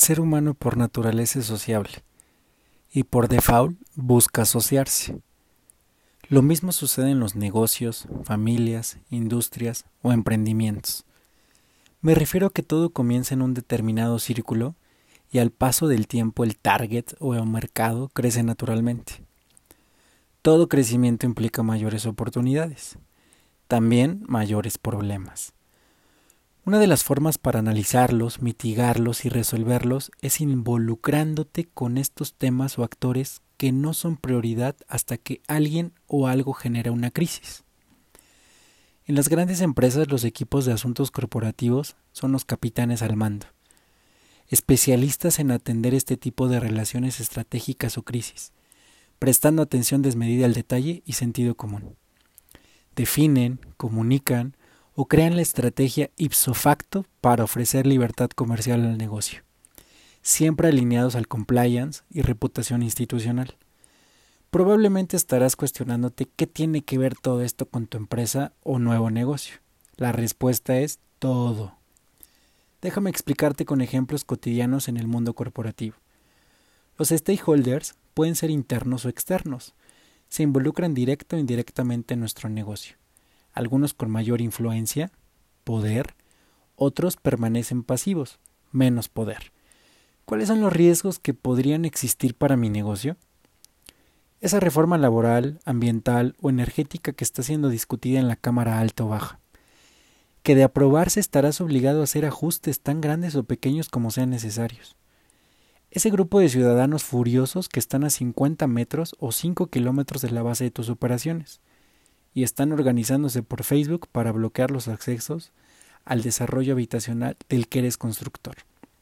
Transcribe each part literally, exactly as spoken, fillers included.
ser humano por naturaleza es sociable y por default busca asociarse. Lo mismo sucede en los negocios, familias, industrias o emprendimientos. Me refiero a que todo comienza en un determinado círculo y al paso del tiempo el target o el mercado crece naturalmente. Todo crecimiento implica mayores oportunidades, también mayores problemas. Una de las formas para analizarlos, mitigarlos y resolverlos es involucrándote con estos temas o actores que no son prioridad hasta que alguien o algo genera una crisis. En las grandes empresas los equipos de asuntos corporativos son los capitanes al mando, especialistas en atender este tipo de relaciones estratégicas o crisis, prestando atención desmedida al detalle y sentido común. Definen, comunican o crean la estrategia ipso facto para ofrecer libertad comercial al negocio, siempre alineados al compliance y reputación institucional. Probablemente estarás cuestionándote qué tiene que ver todo esto con tu empresa o nuevo negocio. La respuesta es todo. Déjame explicarte con ejemplos cotidianos en el mundo corporativo. Los stakeholders pueden ser internos o externos. Se involucran directo o indirectamente en nuestro negocio. Algunos con mayor influencia, poder, otros permanecen pasivos, menos poder. ¿Cuáles son los riesgos que podrían existir para mi negocio? Esa reforma laboral, ambiental o energética que está siendo discutida en la Cámara Alta o Baja, que de aprobarse estarás obligado a hacer ajustes tan grandes o pequeños como sean necesarios. Ese grupo de ciudadanos furiosos que están a cincuenta metros o cinco kilómetros de la base de tus operaciones y están organizándose por Facebook para bloquear los accesos al desarrollo habitacional del que eres constructor.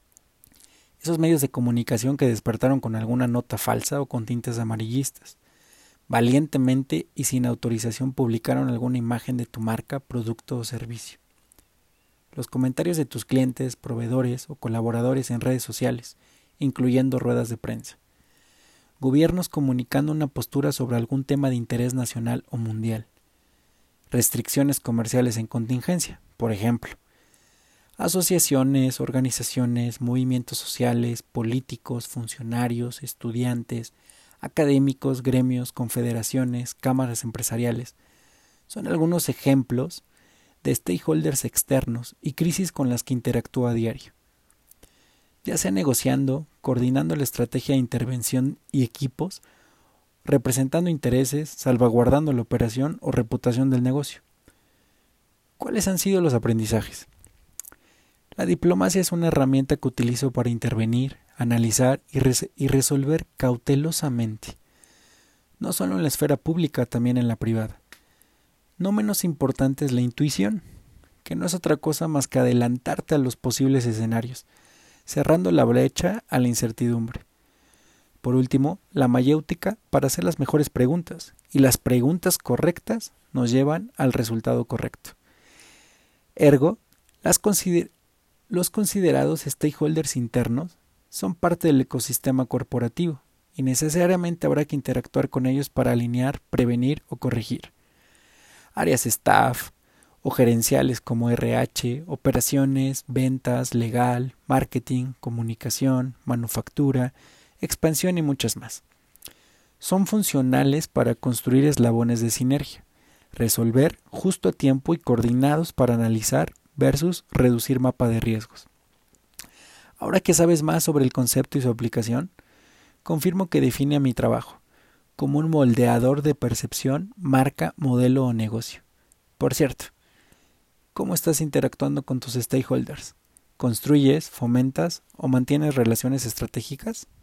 Esos medios de comunicación que despertaron con alguna nota falsa o con tintes amarillistas. Valientemente y sin autorización publicaron alguna imagen de tu marca, producto o servicio. Los comentarios de tus clientes, proveedores o colaboradores en redes sociales, incluyendo ruedas de prensa. Gobiernos comunicando una postura sobre algún tema de interés nacional o mundial. Restricciones comerciales en contingencia, por ejemplo. Asociaciones, organizaciones, movimientos sociales, políticos, funcionarios, estudiantes, académicos, gremios, confederaciones, cámaras empresariales. Son algunos ejemplos de stakeholders externos y crisis con las que interactúa a diario. Ya sea negociando, coordinando la estrategia de intervención y equipos, representando intereses, salvaguardando la operación o reputación del negocio. ¿Cuáles han sido los aprendizajes? La diplomacia es una herramienta que utilizo para intervenir, analizar y, res- y resolver cautelosamente, no solo en la esfera pública, también en la privada. No menos importante es la intuición, que no es otra cosa más que adelantarte a los posibles escenarios, cerrando la brecha a la incertidumbre. Por último, la mayéutica para hacer las mejores preguntas, y las preguntas correctas nos llevan al resultado correcto. Ergo, las consider- los considerados stakeholders internos son parte del ecosistema corporativo y necesariamente habrá que interactuar con ellos para alinear, prevenir o corregir. Áreas staff o gerenciales como R H, operaciones, ventas, legal, marketing, comunicación, manufactura, expansión y muchas más. Son funcionales para construir eslabones de sinergia, resolver justo a tiempo y coordinados para analizar versus reducir mapa de riesgos. Ahora que sabes más sobre el concepto y su aplicación, confirmo que define a mi trabajo como un moldeador de percepción, marca, modelo o negocio. Por cierto, ¿cómo estás interactuando con tus stakeholders? ¿Construyes, fomentas o mantienes relaciones estratégicas?